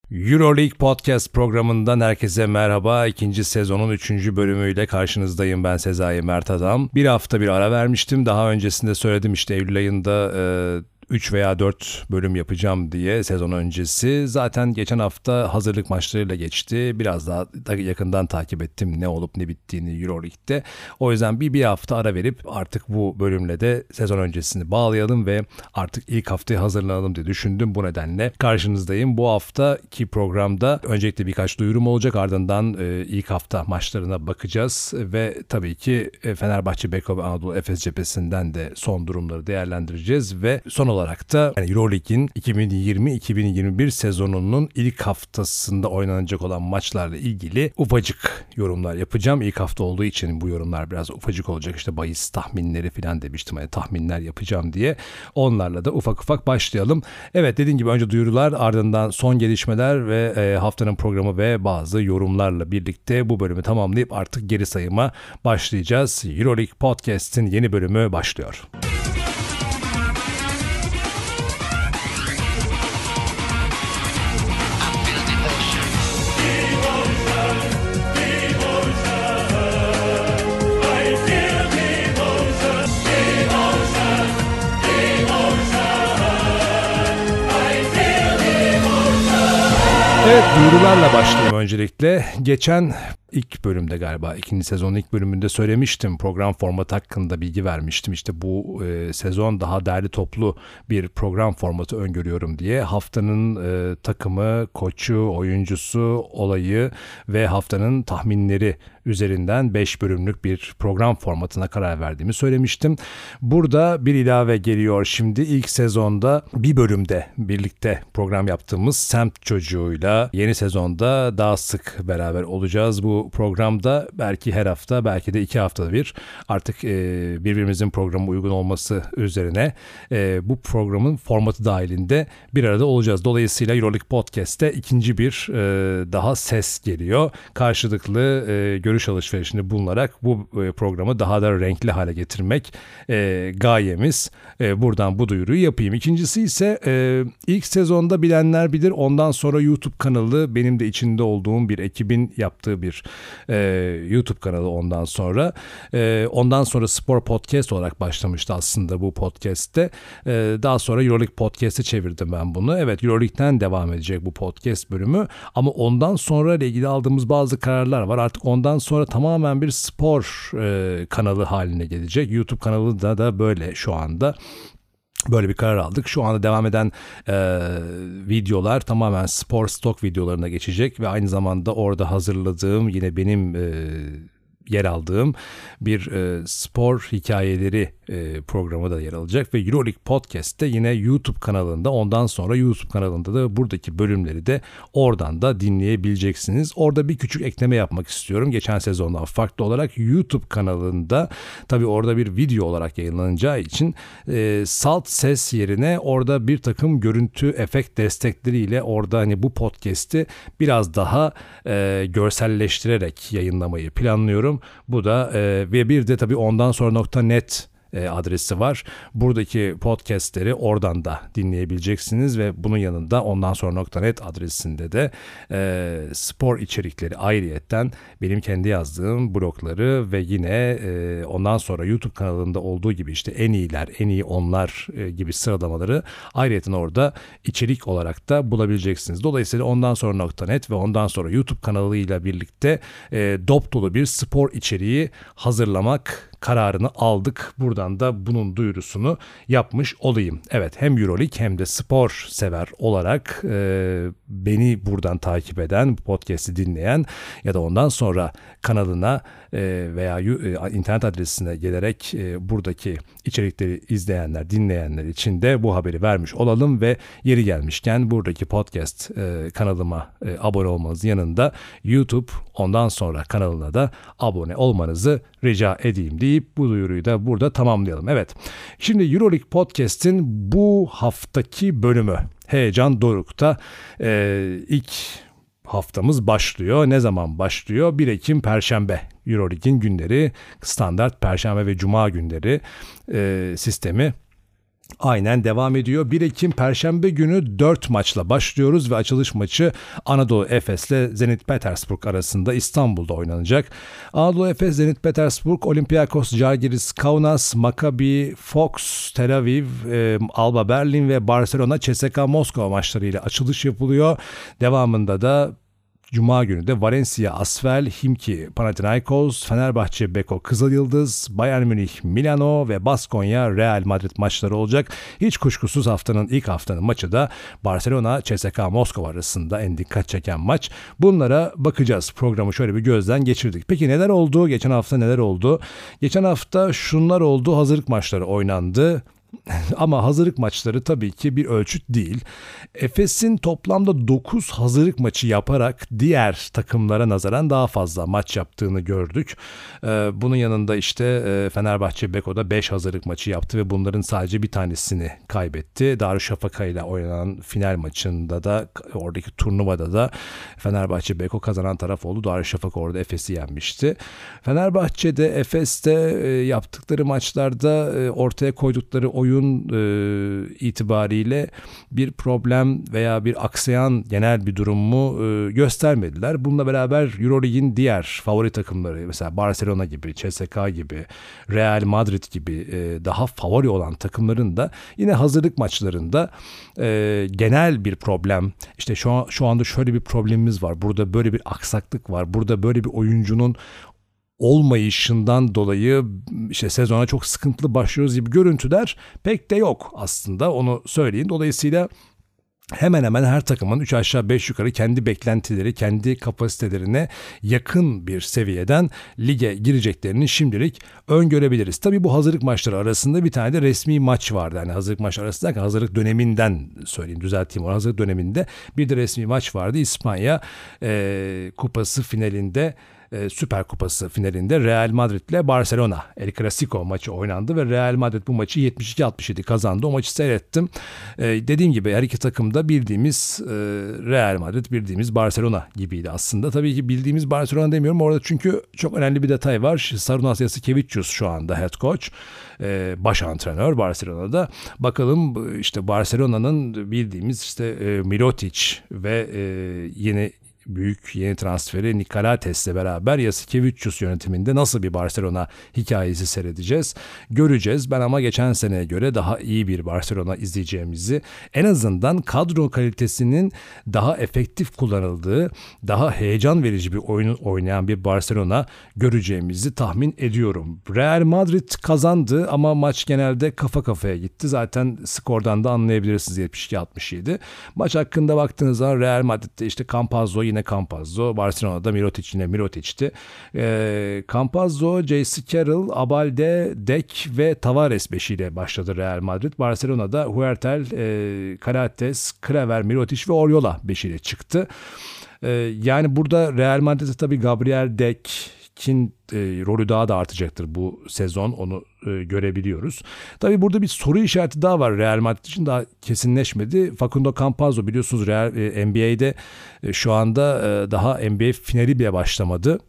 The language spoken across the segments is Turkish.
Euroleague Podcast programından herkese merhaba. İkinci sezonun 3. bölümüyle karşınızdayım. Ben Sezai Mert Adam. Bir hafta bir ara vermiştim. Daha öncesinde söyledim işte Eylül ayında 3 veya 4 bölüm yapacağım diye sezon öncesi. Zaten geçen hafta hazırlık maçlarıyla geçti. Biraz daha yakından takip ettim ne olup ne bittiğini Euroleague'de. O yüzden bir hafta ara verip artık bu bölümle de sezon öncesini bağlayalım ve artık ilk haftaya hazırlanalım diye düşündüm. Bu nedenle karşınızdayım. Bu haftaki programda öncelikle birkaç duyurum olacak. Ardından ilk hafta maçlarına bakacağız ve tabii ki Fenerbahçe Beko ve Anadolu Efes cephesinden de son durumları değerlendireceğiz ve son olarak da Euroleague'in 2020-2021 sezonunun ilk haftasında oynanacak olan maçlarla ilgili ufacık yorumlar yapacağım. İlk hafta olduğu için bu yorumlar biraz ufacık olacak. İşte bahis tahminleri falan demiştim. Hani tahminler yapacağım diye. Onlarla da ufak ufak başlayalım. Evet, dediğim gibi önce duyurular, ardından son gelişmeler ve haftanın programı ve bazı yorumlarla birlikte bu bölümü tamamlayıp artık geri sayıma başlayacağız. Euroleague Podcast'in yeni bölümü başlıyor. Evet, duyurularla başlayayım öncelikle. Geçen ilk bölümde galiba ikinci sezonun ilk bölümünde söylemiştim. Program formatı hakkında bilgi vermiştim. İşte bu sezon daha derli toplu bir program formatı öngörüyorum diye. Haftanın takımı, koçu, oyuncusu, olayı ve haftanın tahminleri üzerinden 5 bölümlük bir program formatına karar verdiğimi söylemiştim. Burada bir ilave geliyor şimdi. İlk sezonda bir bölümde birlikte program yaptığımız semt çocuğuyla yeni sezonda daha sık beraber olacağız. Bu programda belki her hafta, belki de 2 haftada bir artık birbirimizin programa uygun olması üzerine bu programın formatı dahilinde bir arada olacağız. Dolayısıyla Euroleague Podcast'te ikinci bir daha ses geliyor. Karşılıklı görüş alışverişinde bulunarak bu programı daha da renkli hale getirmek gayemiz. Buradan bu duyuruyu yapayım. İkincisi ise ilk sezonda bilenler bilir, ondan sonra YouTube kanalı, benim de içinde olduğum bir ekibin yaptığı bir YouTube kanalı ondan sonra. Ondan sonra Spor Podcast olarak başlamıştı aslında bu podcast'te. Daha sonra Euroleague Podcast'e çevirdim ben bunu. Evet, Euroleague'den devam edecek bu podcast bölümü ama ondan sonra ile ilgili aldığımız bazı kararlar var. Artık ondan sonra tamamen bir spor kanalı haline gelecek. YouTube kanalı da böyle şu anda. Böyle bir karar aldık. Şu anda devam eden videolar tamamen spor stok videolarına geçecek ve aynı zamanda orada hazırladığım, yine benim yer aldığım bir spor hikayeleri programı da yer alacak ve Euroleague Podcast'te yine YouTube kanalında, ondan sonra YouTube kanalında da buradaki bölümleri de oradan da dinleyebileceksiniz. Orada bir küçük ekleme yapmak istiyorum. Geçen sezondan farklı olarak YouTube kanalında, tabii orada bir video olarak yayınlanacağı için salt ses yerine orada bir takım görüntü efekt destekleriyle orada hani bu podcast'i biraz daha görselleştirerek yayınlamayı planlıyorum. Bu da ve bir de tabii ondan sonra .net adresi var. Buradaki podcastleri oradan da dinleyebileceksiniz ve bunun yanında ondan sonra .net adresinde de spor içerikleri ayrıyetten benim kendi yazdığım blogları ve yine ondan sonra YouTube kanalında olduğu gibi işte en iyiler, en iyi onlar gibi sıralamaları ayrıyetten orada içerik olarak da bulabileceksiniz. Dolayısıyla ondan sonra .net ve ondan sonra YouTube kanalıyla birlikte dop dolu bir spor içeriği hazırlamak kararını aldık. Buradan da bunun duyurusunu yapmış olayım. Evet, hem Euroleague hem de spor sever olarak beni buradan takip eden, podcast'i dinleyen ya da ondan sonra kanalına veya internet adresine gelerek buradaki içerikleri izleyenler, dinleyenler için de bu haberi vermiş olalım ve yeri gelmişken buradaki podcast kanalıma abone olmanızın yanında YouTube ondan sonra kanalına da abone olmanızı rica edeyim deyip bu duyuruyu da burada tamamlayalım. Evet, şimdi Euroleague Podcast'in bu haftaki bölümü heyecan dorukta. İlk haftamız başlıyor. Ne zaman başlıyor? 1 Ekim Perşembe. Euroleague'in günleri standart Perşembe ve Cuma günleri sistemi Aynen devam ediyor. 1 Ekim Perşembe günü 4 maçla başlıyoruz ve açılış maçı Anadolu Efes ile Zenit Petersburg arasında İstanbul'da oynanacak. Anadolu Efes, Zenit Petersburg, Olympiakos, Žalgiris, Kaunas, Maccabi, Fox, Tel Aviv, Alba Berlin ve Barcelona CSKA Moskova maçlarıyla açılış yapılıyor. Devamında da Cuma günü de Valencia Asvel, Himki Panathinaikos, Fenerbahçe Beko Kızılyıldız, Bayern Münih Milano ve Baskonya Real Madrid maçları olacak. Hiç kuşkusuz ilk haftanın maçı da Barcelona CSKA Moskova arasında en dikkat çeken maç. Bunlara bakacağız. Programı şöyle bir gözden geçirdik. Peki neler oldu? Geçen hafta neler oldu? Geçen hafta şunlar oldu. Hazırlık maçları oynandı. Ama hazırlık maçları tabii ki bir ölçüt değil. Efes'in toplamda 9 hazırlık maçı yaparak diğer takımlara nazaran daha fazla maç yaptığını gördük. Bunun yanında işte Fenerbahçe Beko'da 5 hazırlık maçı yaptı ve bunların sadece bir tanesini kaybetti. Darüşşafaka ile oynanan final maçında da oradaki turnuvada da Fenerbahçe Beko kazanan taraf oldu. Darüşşafaka orada Efes'i yenmişti. Fenerbahçe'de Efes'te yaptıkları maçlarda ortaya koydukları oyun itibariyle bir problem veya bir aksayan genel bir durumu göstermediler. Bununla beraber EuroLeague'in diğer favori takımları mesela Barcelona gibi, CSKA gibi, Real Madrid gibi daha favori olan takımların da yine hazırlık maçlarında genel bir problem, işte şu anda şöyle bir problemimiz var, burada böyle bir aksaklık var, burada böyle bir oyuncunun olmayışından dolayı işte sezona çok sıkıntılı başlıyoruz gibi görüntüler pek de yok aslında, onu söyleyeyim. Dolayısıyla hemen hemen her takımın 3 aşağı 5 yukarı kendi beklentileri, kendi kapasitelerine yakın bir seviyeden lige gireceklerini şimdilik öngörebiliriz. Tabii bu hazırlık maçları arasında bir tane de resmi maç vardı. Yani hazırlık maçları arasında, hazırlık döneminden söyleyeyim, düzelteyim. Hazırlık döneminde bir de resmi maç vardı. İspanya Kupası finalinde, Süper Kupası finalinde Real Madrid ile Barcelona El Clasico maçı oynandı ve Real Madrid bu maçı 72-67 kazandı. O maçı seyrettim. Dediğim gibi her iki takım da bildiğimiz Real Madrid, bildiğimiz Barcelona gibiydi aslında. Tabii ki bildiğimiz Barcelona demiyorum orada çünkü çok önemli bir detay var. Sarunas Jasikevičius şu anda head coach, baş antrenör Barcelona'da. Bakalım işte Barcelona'nın bildiğimiz işte Mirotic ve yeni transferi Nicolates'le beraber Jasikevičius yönetiminde nasıl bir Barcelona hikayesi seyredeceğiz, göreceğiz. Ben ama geçen seneye göre daha iyi bir Barcelona izleyeceğimizi, en azından kadro kalitesinin daha efektif kullanıldığı, daha heyecan verici bir oyun oynayan bir Barcelona göreceğimizi tahmin ediyorum. Real Madrid kazandı ama maç genelde kafa kafaya gitti. Zaten skordan da anlayabilirsiniz, 72-67. Maç hakkında baktığınız zaman Real Madrid'de işte Campazzo yine Campazzo, Barcelona'da Mirotic yine Mirotic'ti. Campazzo, J.C. Carroll, Abalde, Dek ve Tavares beşiyle başladı Real Madrid. Barcelona'da Huertel, Calates, Kraver, Mirotic ve Oriola beşiyle çıktı. Yani burada Real Madrid'de tabii Gabriel Dek'in rolü daha da artacaktır bu sezon, onu görebiliyoruz. Tabii burada bir soru işareti daha var Real Madrid için, daha kesinleşmedi. Facundo Campazzo biliyorsunuz NBA'de şu anda daha NBA finali bile başlamadı.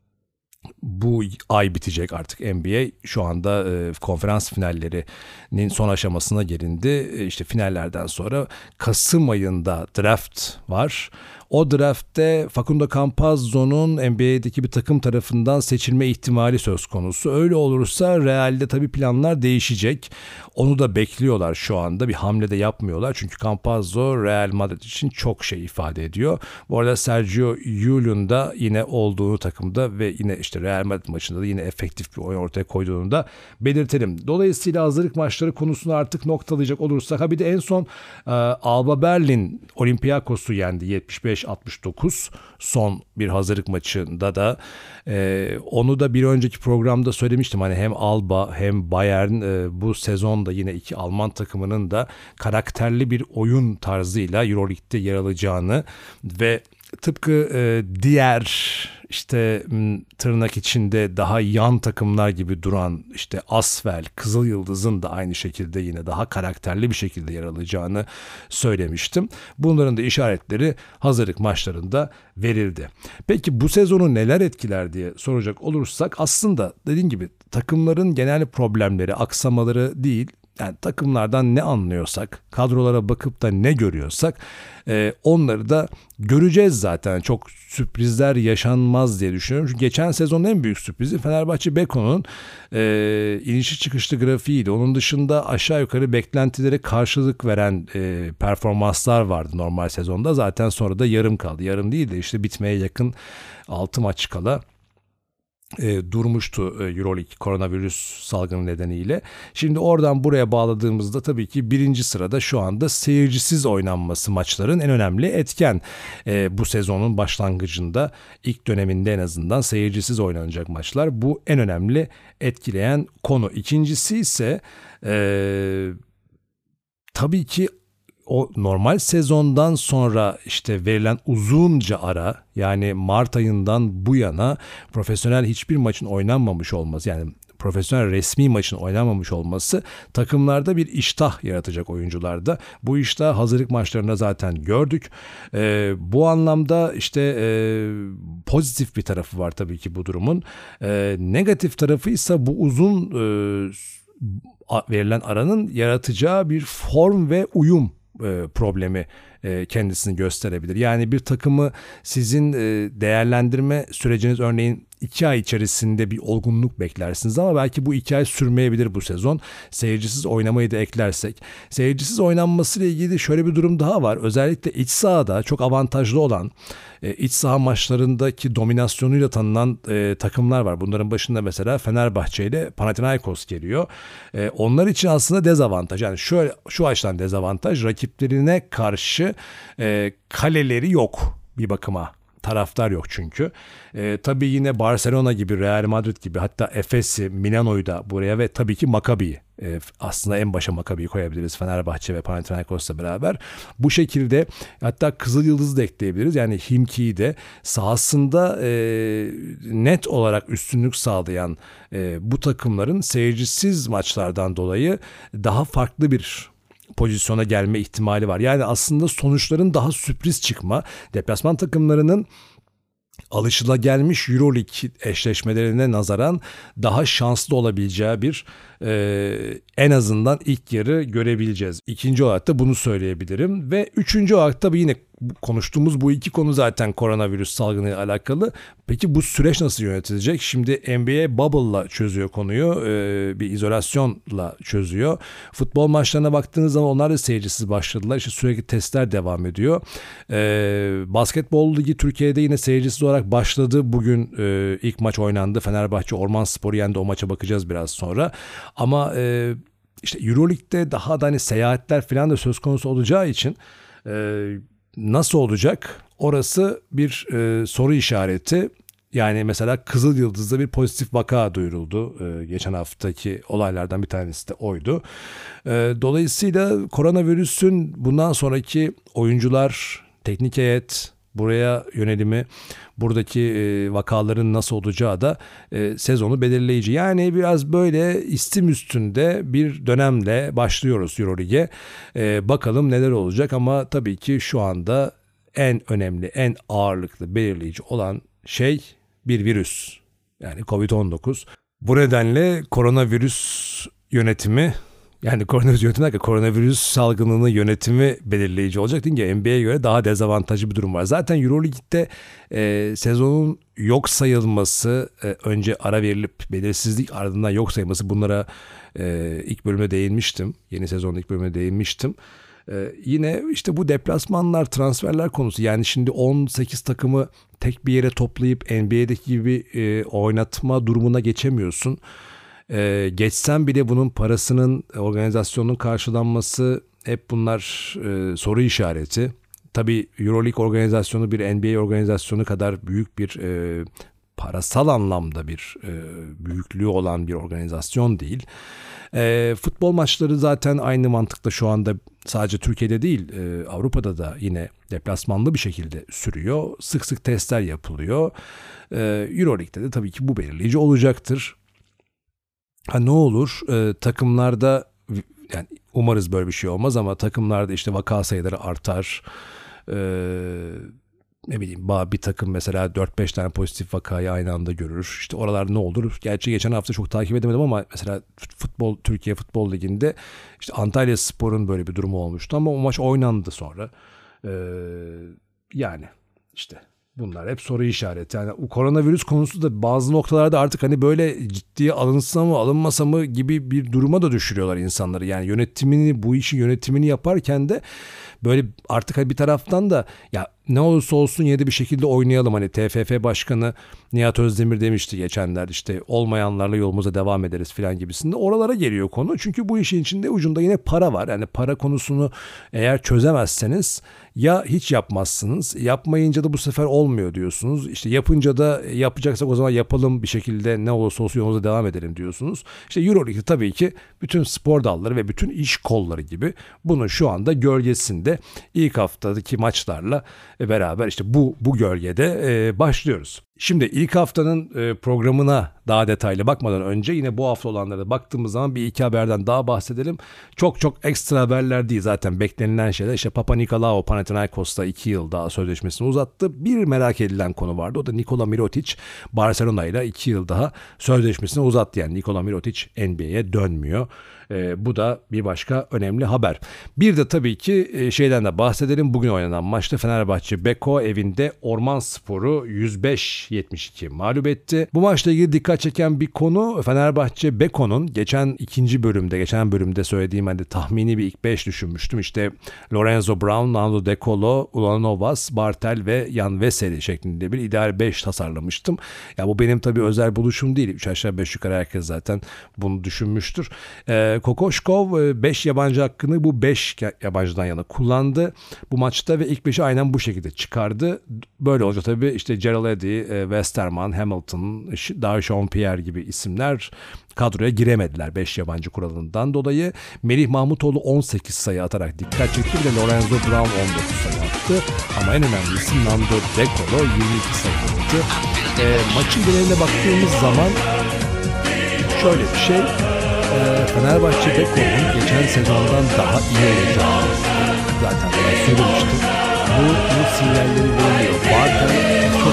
Bu ay bitecek artık NBA. Şu anda konferans finallerinin son aşamasına gelindi. İşte finallerden sonra Kasım ayında draft var. O draftte Facundo Campazzo'nun NBA'deki bir takım tarafından seçilme ihtimali söz konusu. Öyle olursa Real'de tabii planlar değişecek. Onu da bekliyorlar şu anda. Bir hamle de yapmıyorlar. Çünkü Campazzo Real Madrid için çok şey ifade ediyor. Bu arada Sergio Llull'un da yine olduğunu takımda ve yine işte Real Madrid maçında da yine efektif bir oyun ortaya koyduğunu da belirtelim. Dolayısıyla hazırlık maçları konusunu artık noktalayacak olursak, bir de en son Alba Berlin Olympiakos'u yendi 75-69 son bir hazırlık maçında da. Onu da bir önceki programda söylemiştim. Hani hem Alba hem Bayern bu sezonda yine iki Alman takımının da karakterli bir oyun tarzıyla EuroLeague'de yer alacağını ve tıpkı diğer işte tırnak içinde daha yan takımlar gibi duran işte Asvel, Kızılyıldız'ın da aynı şekilde yine daha karakterli bir şekilde yer alacağını söylemiştim. Bunların da işaretleri hazırlık maçlarında verildi. Peki bu sezonu neler etkiler diye soracak olursak, aslında dediğim gibi takımların genel problemleri, aksamaları değil, Yani takımlardan ne anlıyorsak, kadrolara bakıp da ne görüyorsak onları da göreceğiz zaten. Çok sürprizler yaşanmaz diye düşünüyorum. Çünkü geçen sezonun en büyük sürprizi Fenerbahçe Beko'nun inişi çıkışlı grafiğiydi. Onun dışında aşağı yukarı beklentilere karşılık veren performanslar vardı normal sezonda. Zaten sonra da yarım kaldı. Yarım değil de işte bitmeye yakın 6 maç kala durmuştu Euroleague koronavirüs salgını nedeniyle. Şimdi oradan buraya bağladığımızda tabii ki birinci sırada şu anda seyircisiz oynanması maçların en önemli etken. Bu sezonun başlangıcında ilk döneminde en azından seyircisiz oynanacak maçlar. Bu en önemli etkileyen konu. İkincisi ise tabii ki o normal sezondan sonra işte verilen uzunca ara, yani Mart ayından bu yana profesyonel hiçbir maçın oynanmamış olması, yani profesyonel resmi maçın oynanmamış olması takımlarda bir iştah yaratacak oyuncularda. Bu iştah hazırlık maçlarında zaten gördük. Bu anlamda işte pozitif bir tarafı var tabii ki bu durumun. Negatif tarafı ise bu uzun verilen aranın yaratacağı bir form ve uyum problemi kendisini gösterebilir. Yani bir takımı sizin değerlendirme süreciniz, örneğin 2 ay içerisinde bir olgunluk beklersiniz ama belki bu 2 ay sürmeyebilir bu sezon. Seyircisiz oynamayı da eklersek. Seyircisiz oynanmasıyla ilgili şöyle bir durum daha var. Özellikle iç sahada çok avantajlı olan, iç saha maçlarındaki dominasyonuyla tanınan takımlar var. Bunların başında mesela Fenerbahçe ile Panathinaikos geliyor. Onlar için aslında dezavantaj. Yani şu açıdan dezavantaj, rakiplerine karşı kaleleri yok bir bakıma. Taraftar yok çünkü. Tabii yine Barcelona gibi, Real Madrid gibi, hatta Efes'i, Milano'yu da buraya ve tabii ki Maccabi'yi, aslında en başa Maccabi'yi koyabiliriz Fenerbahçe ve Panathinaikos'la beraber. Bu şekilde hatta Kızıl Yıldız'ı da ekleyebiliriz. Yani Himki'yi de sahasında net olarak üstünlük sağlayan bu takımların seyircisiz maçlardan dolayı daha farklı bir pozisyona gelme ihtimali var. Yani aslında sonuçların daha sürpriz çıkma, deplasman takımlarının alışılagelmiş Euroleague eşleşmelerine nazaran daha şanslı olabileceği bir en azından ilk yarı görebileceğiz. İkinci olarak da bunu söyleyebilirim ve üçüncü olarak da yine konuştuğumuz bu iki konu zaten koronavirüs salgınıyla alakalı. Peki bu süreç nasıl yönetilecek? Şimdi NBA Bubble'la çözüyor konuyu, bir izolasyonla çözüyor. Futbol maçlarına baktığınız zaman onlar da seyircisiz başladılar. İşte sürekli testler devam ediyor. Basketbol Ligi Türkiye'de yine seyircisiz olarak başladı. Bugün ilk maç oynandı. Fenerbahçe Ormanspor'u yendi. O maça bakacağız biraz sonra. Ama işte Euroleague'de daha da hani seyahatler falan da söz konusu olacağı için nasıl olacak? Orası bir soru işareti. Yani mesela Kızıl Yıldız'da bir pozitif vaka duyuruldu. Geçen haftaki olaylardan bir tanesi de oydu. Dolayısıyla koronavirüsün bundan sonraki oyuncular, teknik heyet, buraya yönelimi, buradaki vakaların nasıl olacağı da sezonu belirleyici. Yani biraz böyle istim üstünde bir dönemle başlıyoruz Euroleague'e. Bakalım neler olacak ama tabii ki şu anda en önemli, en ağırlıklı belirleyici olan şey bir virüs. Yani Covid-19. Bu nedenle koronavirüs yönetimi, yani koronavirüs salgınının yönetimi belirleyici olacak. Çünkü NBA'ye göre daha dezavantajlı bir durum var. Zaten Euroleague'de sezonun yok sayılması, önce ara verilip belirsizlik ardından yok sayılması, bunlara ilk bölümde değinmiştim. Yeni sezonun ilk bölümde değinmiştim. Yine işte bu deplasmanlar, transferler konusu. Yani şimdi 18 takımı tek bir yere toplayıp NBA'deki gibi oynatma durumuna geçemiyorsun. Geçsen bile bunun parasının, organizasyonun karşılanması, hep bunlar soru işareti. Tabii Euroleague organizasyonu bir NBA organizasyonu kadar büyük bir parasal anlamda bir büyüklüğü olan bir organizasyon değil. Futbol maçları zaten aynı mantıkta şu anda sadece Türkiye'de değil, Avrupa'da da yine deplasmanlı bir şekilde sürüyor. Sık sık testler yapılıyor. Euroleague'de de tabii ki bu belirleyici olacaktır. Ne olur takımlarda, yani umarız böyle bir şey olmaz ama takımlarda işte vaka sayıları artar. ne bileyim bir takım mesela 4-5 tane pozitif vakayı aynı anda görür. İşte oralarda ne olur? Gerçi geçen hafta çok takip edemedim ama mesela Türkiye Futbol Ligi'nde işte Antalyaspor'un böyle bir durumu olmuştu ama o maç oynandı sonra. Yani işte bunlar hep soru işareti. Yani o koronavirüs konusu da bazı noktalarda artık hani böyle ciddiye alınsa mı alınmasa mı gibi bir duruma da düşürüyorlar insanları. Yani bu işin yönetimini yaparken de böyle artık hani bir taraftan da ya ne olursa olsun yine de bir şekilde oynayalım. Hani TFF Başkanı Nihat Özdemir demişti geçenler, işte olmayanlarla yolumuza devam ederiz falan gibisinde. Oralara geliyor konu. Çünkü bu işin içinde ucunda yine para var. Yani para konusunu eğer çözemezseniz ya hiç yapmazsınız. Yapmayınca da bu sefer olmuyor diyorsunuz. İşte yapınca da yapacaksak o zaman yapalım bir şekilde, ne olursa olsun yolumuza devam edelim diyorsunuz. İşte Euroleague tabii ki bütün spor dalları ve bütün iş kolları gibi bunun şu anda gölgesinde ilk haftadaki maçlarla beraber işte bu gölgede başlıyoruz. Şimdi ilk haftanın programına daha detaylı bakmadan önce yine bu hafta olanlara baktığımız zaman bir iki haberden daha bahsedelim. Çok ekstra haberler değil zaten, beklenilen şeyler. İşte Papanikolaou Panathinaikos'ta 2 yıl daha sözleşmesini uzattı. Bir merak edilen konu vardı, o da Nikola Mirotic Barcelona ile 2 yıl daha sözleşmesini uzattı. Yani Nikola Mirotic NBA'ye dönmüyor. Bu da bir başka önemli haber. Bir de tabii ki şeyden de bahsedelim. Bugün oynanan maçta Fenerbahçe Beko evinde Ormanspor'u 105-72 mağlup etti. Bu maçla ilgili dikkat çeken bir konu, Fenerbahçe Beko'nun geçen bölümde söylediğim hani tahmini bir ilk 5 düşünmüştüm. İşte Lorenzo Brown, Nando De Colo, Ulanovas, Bartel ve Jan Veseli şeklinde bir ideal 5 tasarlamıştım. Ya bu benim tabii özel buluşum değil. 3 aşağı 5 yukarı herkes zaten bunu düşünmüştür. Kokoşkov 5 yabancı hakkını bu 5 yabancıdan yana kullandı bu maçta ve ilk 5'i aynen bu şekilde çıkardı. Böyle olunca tabii işte Gerald Eddy, Westerman, Hamilton, Darshawn Pierre gibi isimler kadroya giremediler 5 yabancı kuralından dolayı. Melih Mahmutoğlu 18 sayı atarak dikkat çekti. Bir de Lorenzo Brown 19 sayı attı. Ama en önemlisi Nando De Colo 22 sayı attı. Maçın geneline baktığımız zaman şöyle bir şey. Fenerbahçe Beko'nun geçen sezondan daha iyi olacağını zaten ben söylemiştim. Bu sinyalleri veriyor. Bartel çok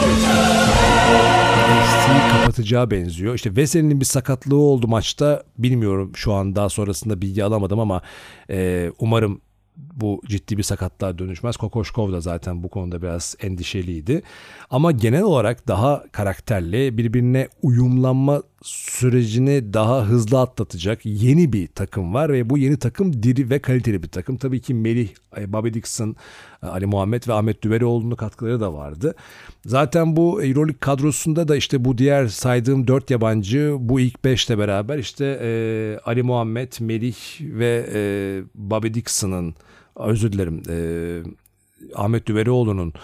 eksiği kapatacağı benziyor. İşte Veseli'nin bir sakatlığı oldu maçta. Bilmiyorum, şu an daha sonrasında bilgi alamadım ama umarım bu ciddi bir sakatlığa dönüşmez. Kokoşkov da zaten bu konuda biraz endişeliydi. Ama genel olarak daha karakterli, birbirine uyumlanma sürecini daha hızlı atlatacak yeni bir takım var ve bu yeni takım diri ve kaliteli bir takım. Tabii ki Melih, Bobby Dixon, Ali Muhammed ve Ahmet Düveroğlu'nun katkıları da vardı. Zaten bu Euroleague kadrosunda da işte bu diğer saydığım 4 yabancı bu ilk 5'le beraber işte Ali Muhammed, Melih ve Bobby Dixon'ın, özür dilerim, Ahmet Düveroğlu'nun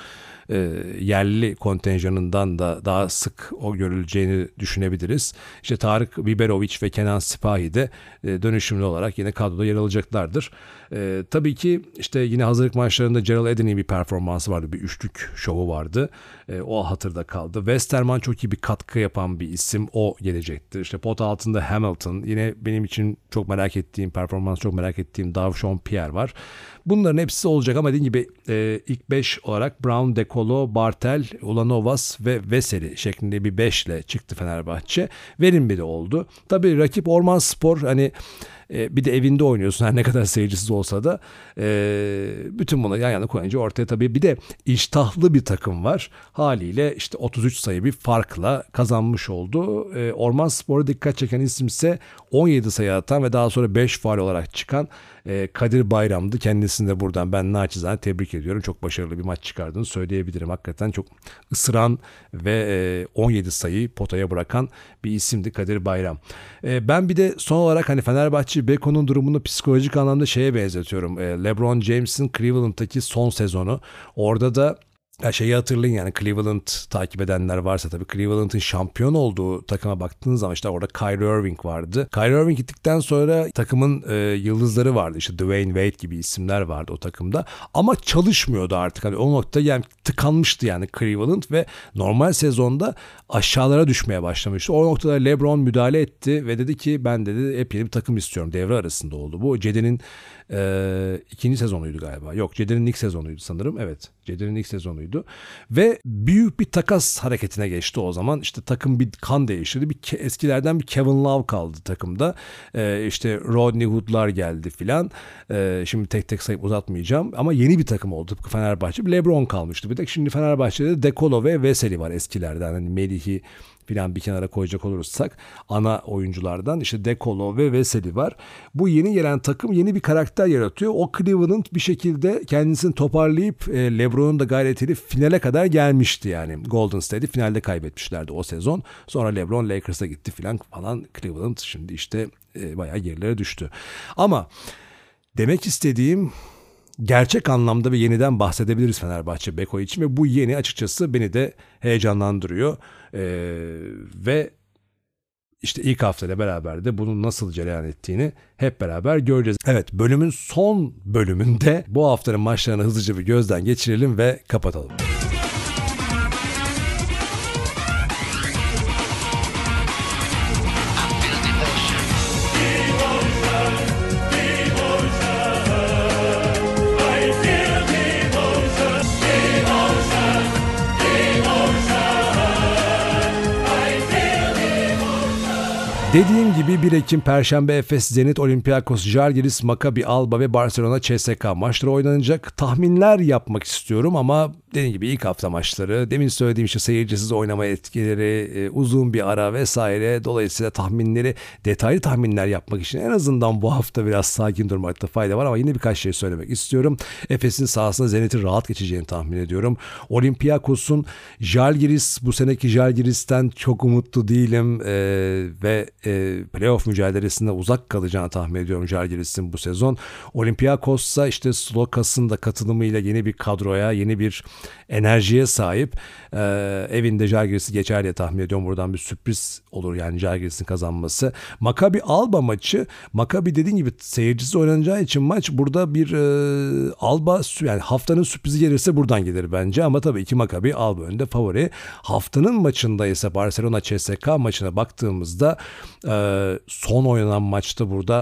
yerli kontenjanından da daha sık o görüleceğini düşünebiliriz. İşte Tarık Biberovic ve Kenan Sipahi de dönüşümlü olarak yine kadroda yer alacaklardır. Tabii ki işte yine hazırlık maçlarında Gerald Eddy'nin bir performansı vardı. Bir üçlük şovu vardı. O hatırda kaldı. Westerman çok iyi bir katkı yapan bir isim. O gelecektir. İşte pot altında Hamilton. Yine benim için çok merak ettiğim, Darshawn Pierre var. Bunların hepsi olacak ama dediğim gibi ilk 5 olarak Brown, De Colo, Bartel, Ulanovas ve Veseli şeklinde bir 5 ile çıktı Fenerbahçe. Verimli de oldu. Tabii rakip Ormanspor, hani bir de evinde oynuyorsun her ne kadar seyircisiz olsa da bütün bunları yan yana koyunca ortaya tabii bir de iştahlı bir takım var. Haliyle işte 33 sayı bir farkla kazanmış oldu. Ormanspor'a dikkat çeken isimse 17 sayı atan ve daha sonra 5 faul olarak çıkan Kadir Bayram'dı. Kendisini de buradan ben naçizane tebrik ediyorum. Çok başarılı bir maç çıkardığını söyleyebilirim. Hakikaten çok ısıran ve 17 sayı potaya bırakan bir isimdi Kadir Bayram. Ben bir de son olarak hani Fenerbahçe Beko'nun durumunu psikolojik anlamda şeye benzetiyorum. LeBron James'in Cleveland'daki son sezonu. Orada da şeyi hatırlayın, yani Cleveland takip edenler varsa tabii, Cleveland'ın şampiyon olduğu takıma baktığınız zaman işte orada Kyrie Irving vardı. Kyrie Irving gittikten sonra takımın yıldızları vardı. İşte Dwayne Wade gibi isimler vardı o takımda. Ama çalışmıyordu artık. Hani o nokta yani tıkanmıştı yani Cleveland ve normal sezonda aşağılara düşmeye başlamıştı. O noktada LeBron müdahale etti ve dedi ki ben dedi hep yeni bir takım istiyorum. Devre arasında oldu bu. Cedi'nin ikinci sezonuydu galiba. Yok, Cedi'nin ilk sezonuydu sanırım. Evet. Cedi'nin ilk sezonuydu. Ve büyük bir takas hareketine geçti o zaman. İşte takım bir kan değiştirdi. Eskilerden bir Kevin Love kaldı takımda. İşte Rodney Hood'lar geldi filan. Şimdi tek tek sayıp uzatmayacağım. Ama yeni bir takım oldu. Fenerbahçe. LeBron kalmıştı bir tek. Şimdi Fenerbahçe'de De Colo ve Veseli var eskilerden. Hani Melih'i filan bir kenara koyacak olursak ana oyunculardan işte De Colo ve Veseli var. Bu yeni gelen takım yeni bir karakter yaratıyor. O Cleveland bir şekilde kendisini toparlayıp LeBron'un da gayretiyle finale kadar gelmişti yani. Golden State'i finalde kaybetmişlerdi o sezon. Sonra LeBron Lakers'a gitti falan. Cleveland şimdi işte bayağı gerilere düştü. Ama demek istediğim gerçek anlamda bir yeniden bahsedebiliriz Fenerbahçe Beko için ve bu yeni açıkçası beni de heyecanlandırıyor. Ve işte ilk haftayla beraber de bunun nasıl cereyan ettiğini hep beraber göreceğiz. Evet, bölümün son bölümünde bu haftanın maçlarını hızlıca bir gözden geçirelim ve kapatalım. Dediğim gibi 1 Ekim Perşembe Efes, Zenit, Olympiakos, Žalgiris, Maccabi Alba ve Barcelona CSKA maçları oynanacak. Tahminler yapmak istiyorum ama dediğim gibi ilk hafta maçları, demin söylediğim işte seyircisiz oynama etkileri, uzun bir ara vesaire. Dolayısıyla detaylı tahminler yapmak için en azından bu hafta biraz sakin durmakta fayda var ama yine birkaç şey söylemek istiyorum. Efes'in sahasında Zenit'in rahat geçeceğini tahmin ediyorum. Olympiakos'un Žalgiris, bu seneki Žalgiris'ten çok umutlu değilim ve playoff mücadelesinde uzak kalacağını tahmin ediyorum Žalgiris'in bu sezon. Olympiakos'sa işte Slokas'ın da katılımıyla yeni bir kadroya, yeni bir enerjiye sahip. Evinde Žalgiris'i geçer diye tahmin ediyorum. Buradan bir sürpriz olur yani Žalgiris'in kazanması. Maccabi Alba maçı, Maccabi dediğim gibi seyircisiz oynanacağı için maç burada bir Alba, yani haftanın sürprizi gelirse buradan gelir bence ama tabii ki Maccabi Alba önde favori. Haftanın maçında ise Barcelona CSKA maçına baktığımızda son oynanan maçta burada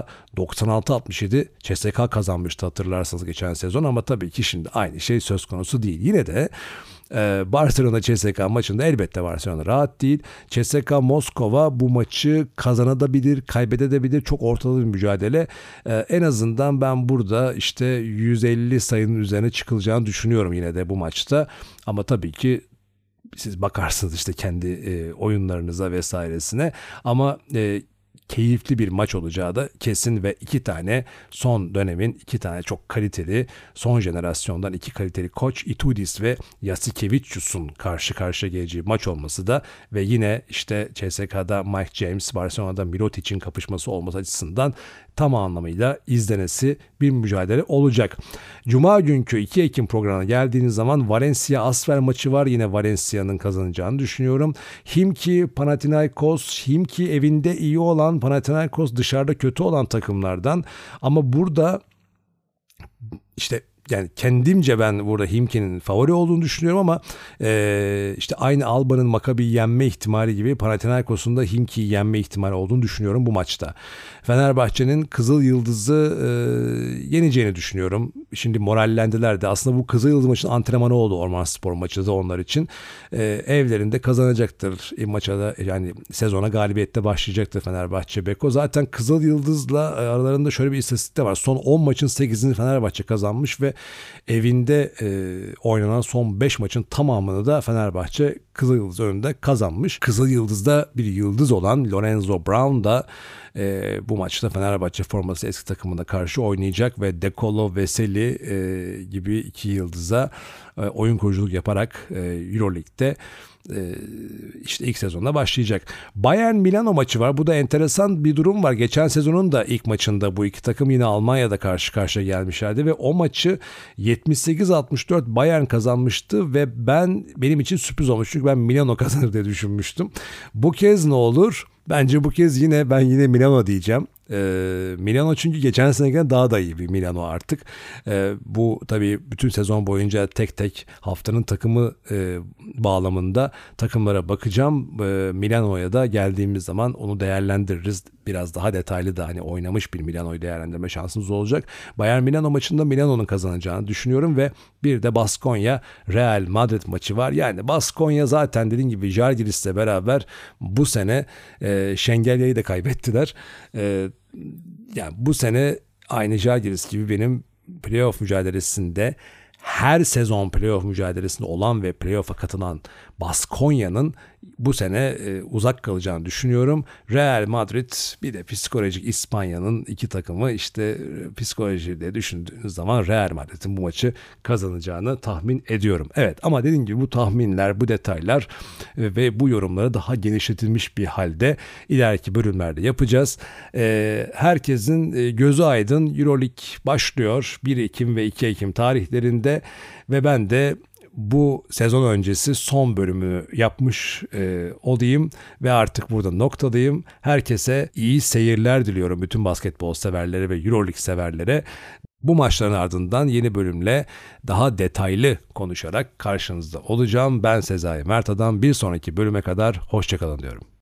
96-67 CSKA kazanmıştı hatırlarsanız geçen sezon ama tabii ki şimdi aynı şey söz konusu değil. Yine de Barcelona CSKA maçında elbette Barcelona rahat değil. CSKA Moskova bu maçı kazanabilir, kaybedebilir. Çok ortada bir mücadele. En azından ben burada işte 150 sayının üzerine çıkılacağını düşünüyorum yine de bu maçta. Ama tabii ki siz bakarsınız işte kendi oyunlarınıza vesairesine ama keyifli bir maç olacağı da kesin ve son dönemin iki tane çok kaliteli, son jenerasyondan iki kaliteli koç Itudis ve Jasikevicius'un karşı karşıya geleceği maç olması da ve yine işte CSKA'da Mike James, Barcelona'da Mirotic'in kapışması olması açısından tam anlamıyla izlenesi bir mücadele olacak. Cuma günkü 2 Ekim programına geldiğiniz zaman Valencia Asvel maçı var. Yine Valencia'nın kazanacağını düşünüyorum. Himki Panathinaikos, Himki evinde iyi olan, Panathinaikos dışarıda kötü olan takımlardan ama burada işte yani kendimce ben burada Himki'nin favori olduğunu düşünüyorum ama işte aynı Alba'nın Maccabi'yi yenme ihtimali gibi Panathinaikos'un da Himki'yi yenme ihtimali olduğunu düşünüyorum bu maçta. Fenerbahçe'nin Kızıl Yıldız'ı yeneceğini düşünüyorum. Şimdi morallendiler de aslında bu Kızıl Yıldız maçının antrenmanı oldu Ormanspor maçı da onlar için. Evlerinde kazanacaktır maça da yani sezona galibiyette başlayacaktır Fenerbahçe Beko. Zaten Kızıl Yıldız'la aralarında şöyle bir istatistik de var. Son 10 maçın 8'ini Fenerbahçe kazanmış ve evinde oynanan son 5 maçın tamamını da Fenerbahçe Kızıl Yıldız önünde kazanmış. Kızıl Yıldız'da bir yıldız olan Lorenzo Brown da bu maçta Fenerbahçe forması eski takımına karşı oynayacak ve De Colo, Veseli gibi iki yıldıza oyun kuruculuk yaparak Euroleague'de işte ilk sezonda başlayacak. Bayern Milano maçı var. Bu da enteresan bir durum var. Geçen sezonun da ilk maçında bu iki takım yine Almanya'da karşı karşıya gelmişlerdi ve o maçı 78-64 Bayern kazanmıştı ve benim için sürpriz olmuş. Çünkü ben Milano kazanır diye düşünmüştüm. Bu kez ne olur? Bence bu kez yine Milano diyeceğim. Milano çünkü geçen seneden daha da iyi bir Milano artık. Bu tabii bütün sezon boyunca tek tek haftanın takımı bağlamında takımlara bakacağım. Milano'ya da geldiğimiz zaman onu değerlendiririz. Biraz daha detaylı da hani oynamış bir Milano'yu değerlendirme şansımız olacak. Bayern Milano maçında Milano'nun kazanacağını düşünüyorum ve bir de Baskonya Real Madrid maçı var. Yani Baskonya zaten dediğim gibi Žalgiris'le beraber bu sene Şengelya'yı da kaybettiler. Yani bu sene aynı Žalgiris gibi benim playoff mücadelesinde her sezon playoff mücadelesinde olan ve playoff'a katılan Baskonya'nın bu sene uzak kalacağını düşünüyorum. Real Madrid bir de psikolojik İspanya'nın iki takımı işte psikolojiyle düşündüğünüz zaman Real Madrid'in bu maçı kazanacağını tahmin ediyorum. Evet ama dediğim gibi bu tahminler, bu detaylar ve bu yorumları daha genişletilmiş bir halde ileriki bölümlerde yapacağız. Herkesin gözü aydın, EuroLeague başlıyor 1 Ekim ve 2 Ekim tarihlerinde ve ben de bu sezon öncesi son bölümü yapmış olayım ve artık burada noktadayım. Herkese iyi seyirler diliyorum bütün basketbol severlere ve EuroLeague severlere. Bu maçların ardından yeni bölümle daha detaylı konuşarak karşınızda olacağım. Ben Sezai Mert Adam. Bir sonraki bölüme kadar hoşça kalın diyorum.